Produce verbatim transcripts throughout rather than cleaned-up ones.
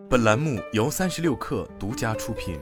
本栏目由三十六氪独家出品。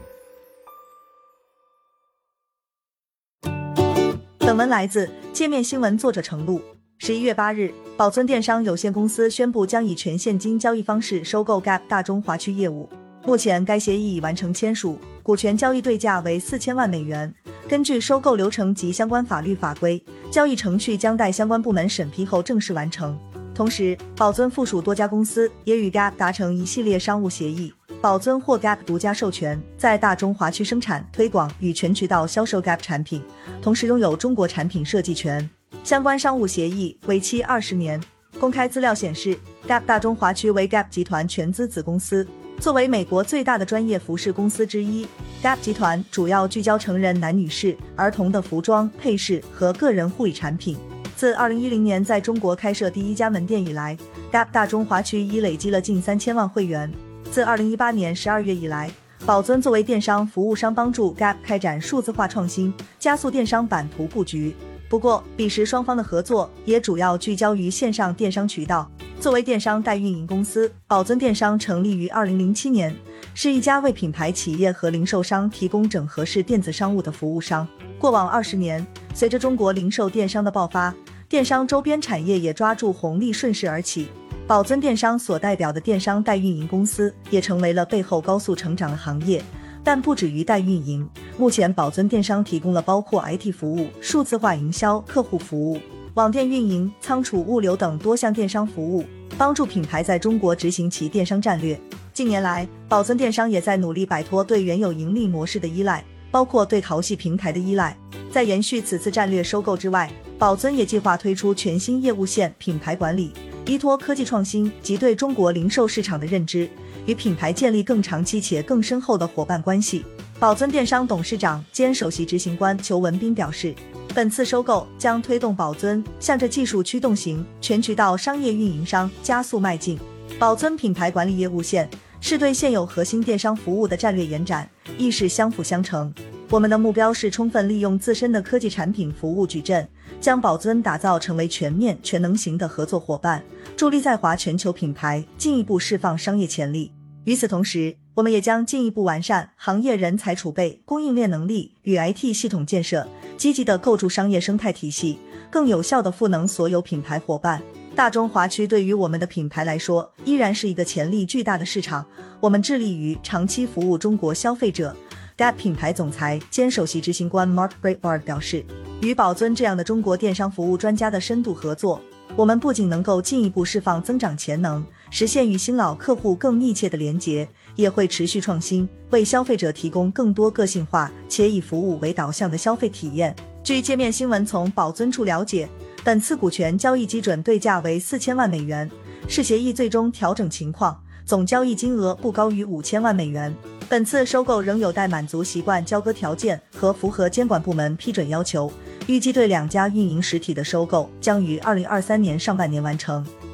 本文来自界面新闻，作者程璐。十一月八日，宝尊电商有限公司宣布将以全现金交易方式收购 Gap 大中华区业务。目前该协议已完成签署，股权交易对价为四千万美元。根据收购流程及相关法律法规，交易程序将待相关部门审批后正式完成。同时，宝尊附属多家公司也与 Gap 达成一系列商务协议，宝尊获 Gap 独家授权，在大中华区生产、推广与全渠道销售 Gap 产品，同时拥有中国产品设计权。相关商务协议为期二十年。公开资料显示 ，Gap 大中华区为 Gap 集团全资子公司。作为美国最大的专业服饰公司之一， Gap 集团主要聚焦成人、男女士、儿童的服装、配饰和个人护理产品。自二零一零年在中国开设第一家门店以来， Gap 大中华区已累积了近三千万会员。自二零一八年十二月以来，宝尊作为电商服务商帮助 Gap 开展数字化创新，加速电商版图布局。不过，彼时双方的合作也主要聚焦于线上电商渠道。作为电商代运营公司，宝尊电商成立于二零零七年，是一家为品牌企业和零售商提供整合式电子商务的服务商。过往二十年，随着中国零售电商的爆发，电商周边产业也抓住红利，顺势而起。宝尊电商所代表的电商代运营公司也成为了背后高速成长的行业。但不止于代运营，目前宝尊电商提供了包括 I T 服务、数字化营销、客户服务、网店运营、仓储物流等多项电商服务，帮助品牌在中国执行其电商战略。近年来，宝尊电商也在努力摆脱对原有盈利模式的依赖，包括对淘系平台的依赖。在延续此次战略收购之外，宝尊也计划推出全新业务线品牌管理，依托科技创新及对中国零售市场的认知，与品牌建立更长期且更深厚的伙伴关系。宝尊电商董事长兼首席执行官裘文斌表示，本次收购将推动宝尊向着技术驱动型全渠道商业运营商加速迈进。宝尊品牌管理业务线是对现有核心电商服务的战略延展，亦是相辅相成。我们的目标是充分利用自身的科技产品服务矩阵，将宝尊打造成为全面全能型的合作伙伴，助力在华全球品牌进一步释放商业潜力。与此同时，我们也将进一步完善行业人才储备、供应链能力与 I T 系统建设，积极地构筑商业生态体系，更有效地赋能所有品牌伙伴。大中华区对于我们的品牌来说，依然是一个潜力巨大的市场，我们致力于长期服务中国消费者。Gap 品牌总裁兼首席执行官 Mark Breitbart 表示，与宝尊这样的中国电商服务专家的深度合作，我们不仅能够进一步释放增长潜能，实现与新老客户更密切的连结，也会持续创新，为消费者提供更多个性化且以服务为导向的消费体验。据界面新闻从宝尊处了解，本次股权交易基准对价为四千万美元，是协议最终调整情况，总交易金额不高于五千万美元。本次收购仍有待满足习惯交割条件和符合监管部门批准要求，预计对两家运营实体的收购将于二零二三年上半年完成。